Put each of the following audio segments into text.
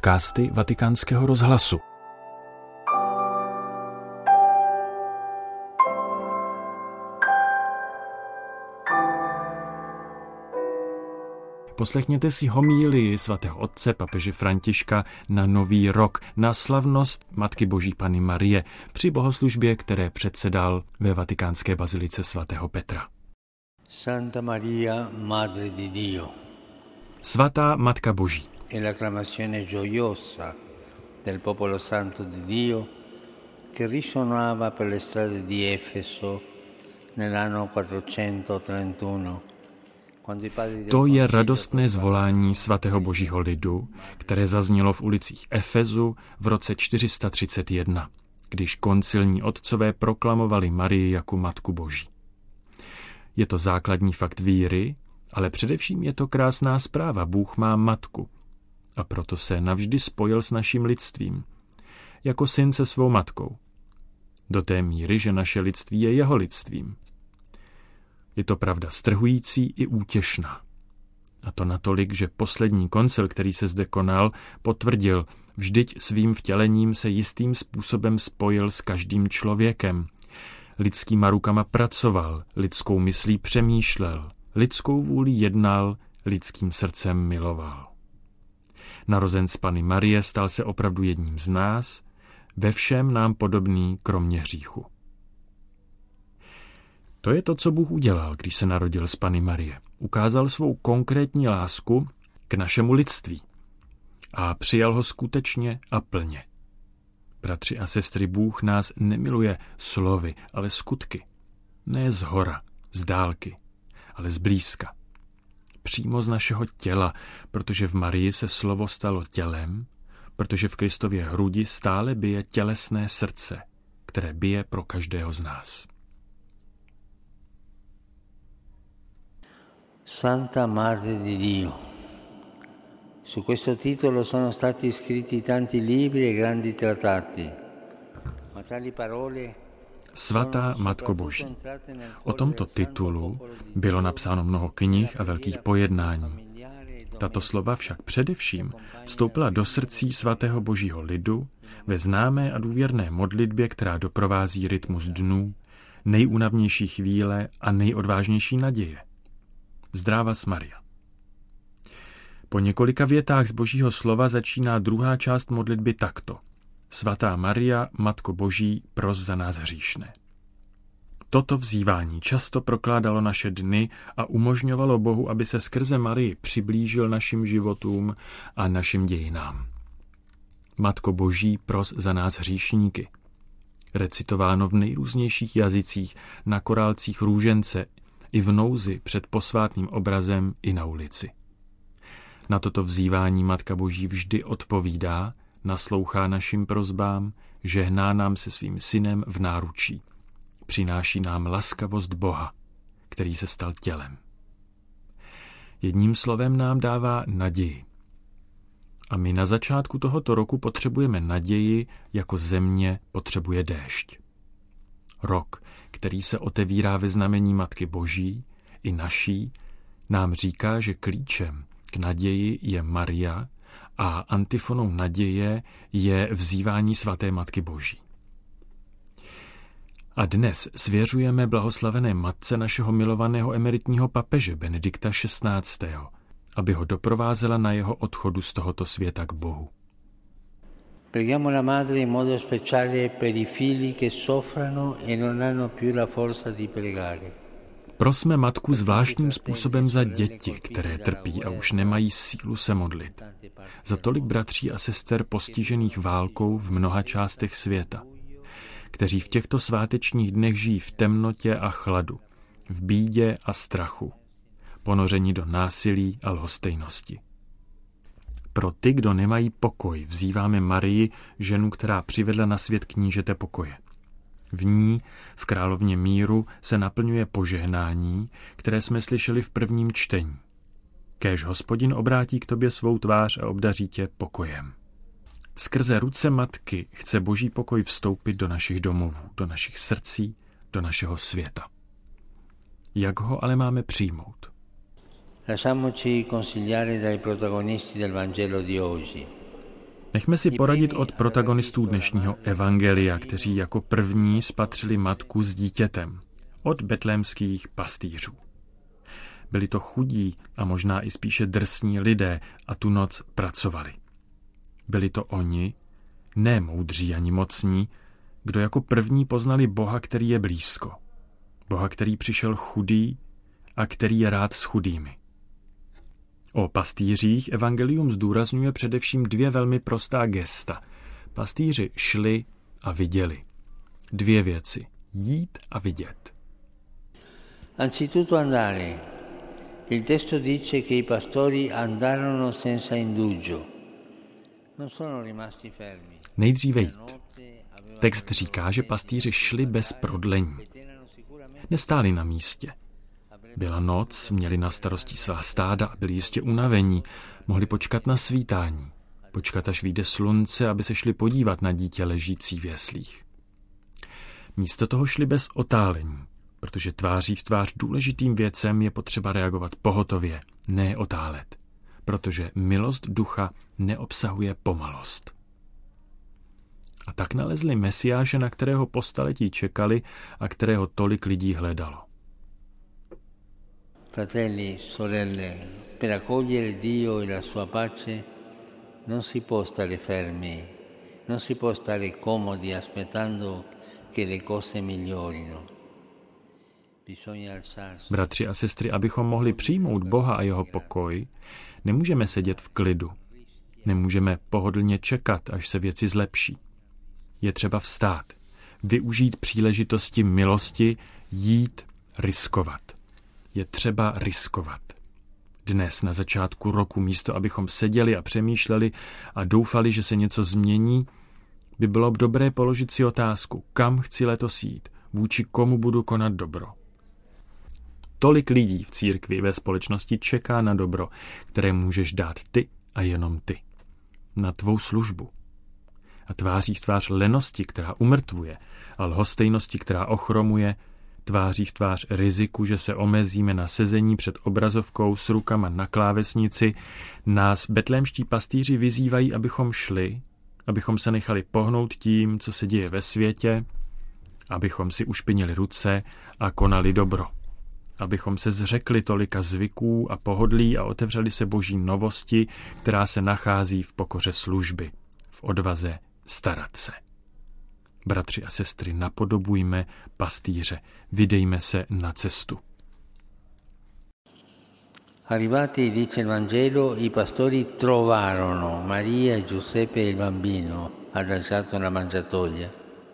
podcasty Vatikánského rozhlasu. Poslechněte si homílii svatého otce papeže Františka na Nový rok, na slavnost Matky Boží Panny Marie při bohoslužbě, které předsedal ve vatikánské bazilice svatého Petra. Santa Maria, Madre di Dio. Svatá Matka Boží. E l'acclamazione gioiosa del popolo santo di Dio che risuonava per le strade di Efeso nell'anno 431. To je radostné zvolání svatého Božího lidu, které zaznělo v ulicích Efezu v roce 431, když koncilní otcové proklamovali Marii jako Matku Boží. Je to základní fakt víry, ale především je to krásná zpráva. Bůh má matku a proto se navždy spojil s naším lidstvím, jako syn se svou matkou. Do té míry, že naše lidství je jeho lidstvím. Je to pravda strhující i útěšná. A to natolik, že poslední koncil, který se zde konal, potvrdil, vždyť svým vtělením se jistým způsobem spojil s každým člověkem. Lidskýma rukama pracoval, lidskou myslí přemýšlel, lidskou vůli jednal, lidským srdcem miloval. Narozen z Panny Marie stal se opravdu jedním z nás, ve všem nám podobný, kromě hříchu. To je to, co Bůh udělal, když se narodil z Panny Marie. Ukázal svou konkrétní lásku k našemu lidství a přijal ho skutečně a plně. Bratři a sestry, Bůh nás nemiluje slovy, ale skutky. Ne zhora, z dálky, ale zblízka. Přímo z našeho těla, protože v Marii se slovo stalo tělem, protože v Kristově hrudi stále bije tělesné srdce, které bije pro každého z nás. Santa Madre di Dio. Su questo titolo sono stati scritti tanti libri e grandi trattati. Ma tali parole Svatá Matko Boží. O tomto titulu bylo napsáno mnoho knih a velkých pojednání. Tato slova však především vstoupila do srdcí svatého Božího lidu ve známé a důvěrné modlitbě, která doprovází rytmus dnů, nejúnavnější chvíle a nejodvážnější naděje. Zdravas Maria. Po několika větách z Božího slova začíná druhá část modlitby takto. Svatá Maria, Matko Boží, pros za nás hříšné. Toto vzývání často prokládalo naše dny a umožňovalo Bohu, aby se skrze Marii přiblížil našim životům a našim dějinám. Matko Boží, pros za nás hříšníky. Recitováno v nejrůznějších jazycích, na korálcích růžence, i v nouzi před posvátným obrazem i na ulici. Na toto vzývání Matka Boží vždy odpovídá, naslouchá našim prosbám, žehná nám se svým synem v náručí. Přináší nám laskavost Boha, který se stal tělem. Jedním slovem nám dává naději. A my na začátku tohoto roku potřebujeme naději, jako země potřebuje déšť. Rok, který se otevírá ve znamení Matky Boží, i naší, nám říká, že klíčem k naději je Maria a antifonou naděje je vzývání svaté Matky Boží. A dnes svěřujeme blahoslavené matce našeho milovaného emeritního papeže Benedikta XVI., aby ho doprovázela na jeho odchodu z tohoto světa k Bohu. Preghiamo la Madre in modo speciale per i figli che soffrono e non hanno più la forza di pregare. Prosme Matku zvláštním způsobem za děti, které trpí a už nemají sílu se modlit. Za tolik bratří a sester postižených válkou v mnoha částech světa, kteří v těchto svátečních dnech žijí v temnotě a chladu, v bídě a strachu, ponoření do násilí a lhostejnosti. Pro ty, kdo nemají pokoj, vzýváme Marii, ženu, která přivedla na svět knížete pokoje. V ní, v královně míru, se naplňuje požehnání, které jsme slyšeli v prvním čtení. Kéž Hospodin obrátí k tobě svou tvář a obdaří tě pokojem. Skrze ruce matky chce Boží pokoj vstoupit do našich domovů, do našich srdcí, do našeho světa. Jak ho ale máme přijmout? Lasciamoci consigliare dai protagonisti del Vangelo di oggi. Nechme si poradit od protagonistů dnešního evangelia, kteří jako první spatřili matku s dítětem, od betlémských pastýřů. Byli to chudí a možná i spíše drsní lidé a tu noc pracovali. Byli to oni, ne moudří ani mocní, kdo jako první poznali Boha, který je blízko. Boha, který přišel chudý a který je rád s chudými. O pastýřích evangelium zdůrazňuje především dvě velmi prostá gesta. Pastýři šli a viděli. Dvě věci. Jít a vidět. Anzitutto andare. Il testo dice che i pastori andarono senza indugio. Non sono rimasti fermi. Nejdříve jít. Text říká, že pastýři šli bez prodlení. Nestáli na místě. Byla noc, měli na starosti svá stáda a byli jistě unavení. Mohli počkat na svítání. Počkat, až vyjde slunce, aby se šli podívat na dítě ležící v jeslích. Místo toho šli bez otálení, protože tváří v tvář důležitým věcem je potřeba reagovat pohotově, ne otálet. Protože milost ducha neobsahuje pomalost. A tak nalezli Mesiáše, na kterého po staletí čekali a kterého tolik lidí hledalo. Fratelli, sorelle, per accogliere Dio e la sua pace non si può stare fermi, non si può stare comodi aspettando che le cose migliorino. Bratři a sestry, abychom mohli přijmout Boha a jeho pokoj, nemůžeme sedět v klidu. Nemůžeme pohodlně čekat, až se věci zlepší. Je třeba vstát, využít příležitosti milosti, jít, riskovat. Je třeba riskovat. Dnes na začátku roku, místo abychom seděli a přemýšleli a doufali, že se něco změní, by bylo dobré položit si otázku, kam chci letos jít, vůči komu budu konat dobro. Tolik lidí v církvi ve společnosti čeká na dobro, které můžeš dát ty a jenom ty. Na tvou službu. A tváří v tvář lenosti, která umrtvuje, a lhostejnosti, která ochromuje, tváří v tvář riziku, že se omezíme na sezení před obrazovkou s rukama na klávesnici, nás betlémští pastýři vyzývají, abychom šli, abychom se nechali pohnout tím, co se děje ve světě, abychom si ušpinili ruce a konali dobro. Abychom se zřekli tolika zvyků a pohodlí a otevřeli se Boží novosti, která se nachází v pokoře služby, v odvaze starat se. Bratři a sestry, napodobujme pastýře, vydejme se na cestu. Arrivati, dice il Vangelo, i pastori trovarono Maria, Giuseppe e il bambino adagiato nella mangiatoia.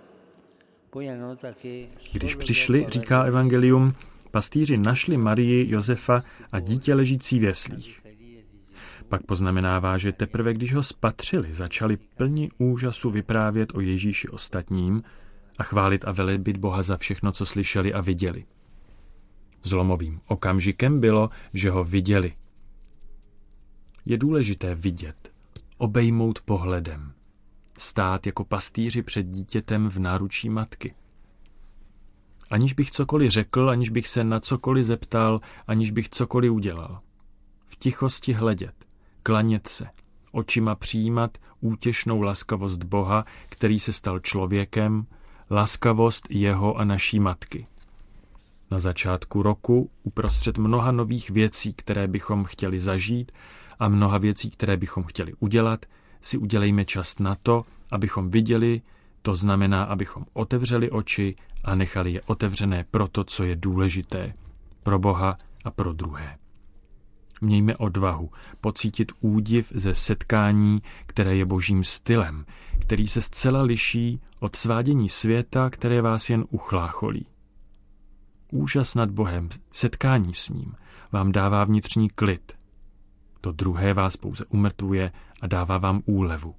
Když přišli, říká evangelium, pastýři našli Marii, Josefa a dítě ležící v jeslích. Pak poznamenává, že teprve když ho spatřili, začali plni úžasu vyprávět o Ježíši ostatním a chválit a velebit Boha za všechno, co slyšeli a viděli. Zlomovým okamžikem bylo, že ho viděli. Je důležité vidět, obejmout pohledem, stát jako pastýři před dítětem v náručí matky. Aniž bych cokoliv řekl, aniž bych se na cokoliv zeptal, aniž bych cokoliv udělal. V tichosti hledět, klanět se, očima přijímat útěšnou laskavost Boha, který se stal člověkem, laskavost jeho a naší matky. Na začátku roku, uprostřed mnoha nových věcí, které bychom chtěli zažít a mnoha věcí, které bychom chtěli udělat, si udělejme čas na to, abychom viděli, to znamená, abychom otevřeli oči a nechali je otevřené pro to, co je důležité, pro Boha a pro druhé. Mějme odvahu pocítit údiv ze setkání, které je Božím stylem, který se zcela liší od svádění světa, které vás jen uchlácholí. Úžas nad Bohem, setkání s ním, vám dává vnitřní klid. To druhé vás pouze umrtvuje a dává vám úlevu.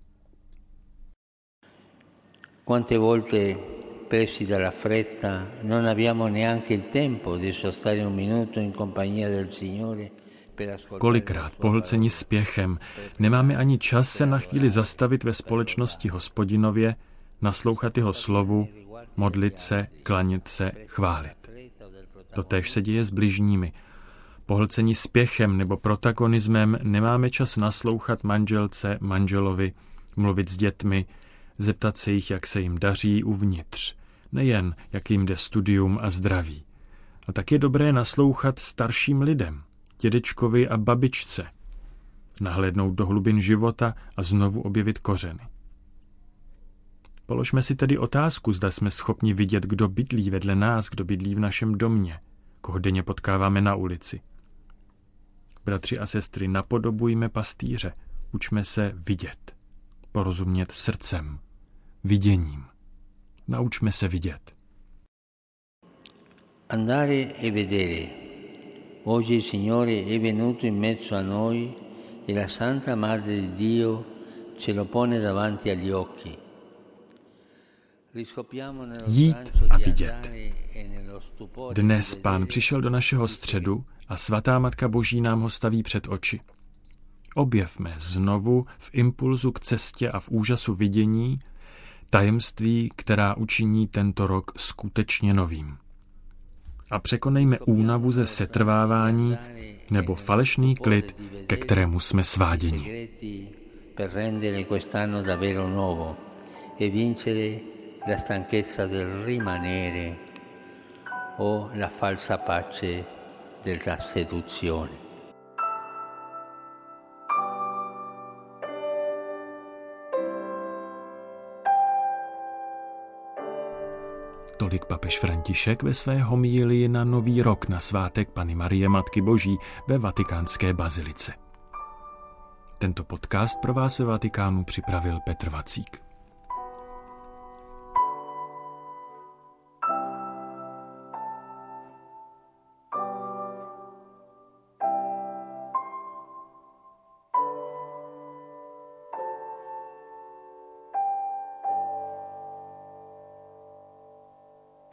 Quante volte presi dalla fretta non abbiamo neanche il tempo di sostare un minuto in compagnia del Signore. Kolikrát pohlceni spěchem nemáme ani čas se na chvíli zastavit ve společnosti Hospodinově, naslouchat jeho slovu, modlit se, klanět se, chválit. Totéž se děje s bližními. Pohlceni spěchem nebo protagonismem nemáme čas naslouchat manželce, manželovi, mluvit s dětmi, zeptat se jich, jak se jim daří uvnitř, nejen jak jim jde studium a zdraví. A tak je dobré naslouchat starším lidem, dědečkovi a babičce, nahlédnout do hlubin života a znovu objevit kořeny. Položme si tedy otázku, zda jsme schopni vidět, kdo bydlí vedle nás, kdo bydlí v našem domě, koho denně potkáváme na ulici. Bratři a sestry, napodobujme pastýře, učme se vidět, porozumět srdcem, viděním. Naučme se vidět. Andare e vedere. Oggi il Signore è venuto in mezzo a noi e la Santa Madre di Dio ce lo pone davanti agli occhi. Jít a vidět. Dnes Pán přišel do našeho středu a svatá Matka Boží nám ho staví před oči. Objevme znovu v impulzu k cestě a v úžasu vidění tajemství, která učiní tento rok skutečně novým. A překonejme únavu ze setrvávání nebo falešný klid, ke kterému jsme sváděni. La stanchezza del rimanere o la falsa pace della seduzione. Tolik papež František ve své homílii na Nový rok na svátek Panny Marie Matky Boží ve Vatikánské bazilice. Tento podcast pro vás ve Vatikánu připravil Petr Vacík.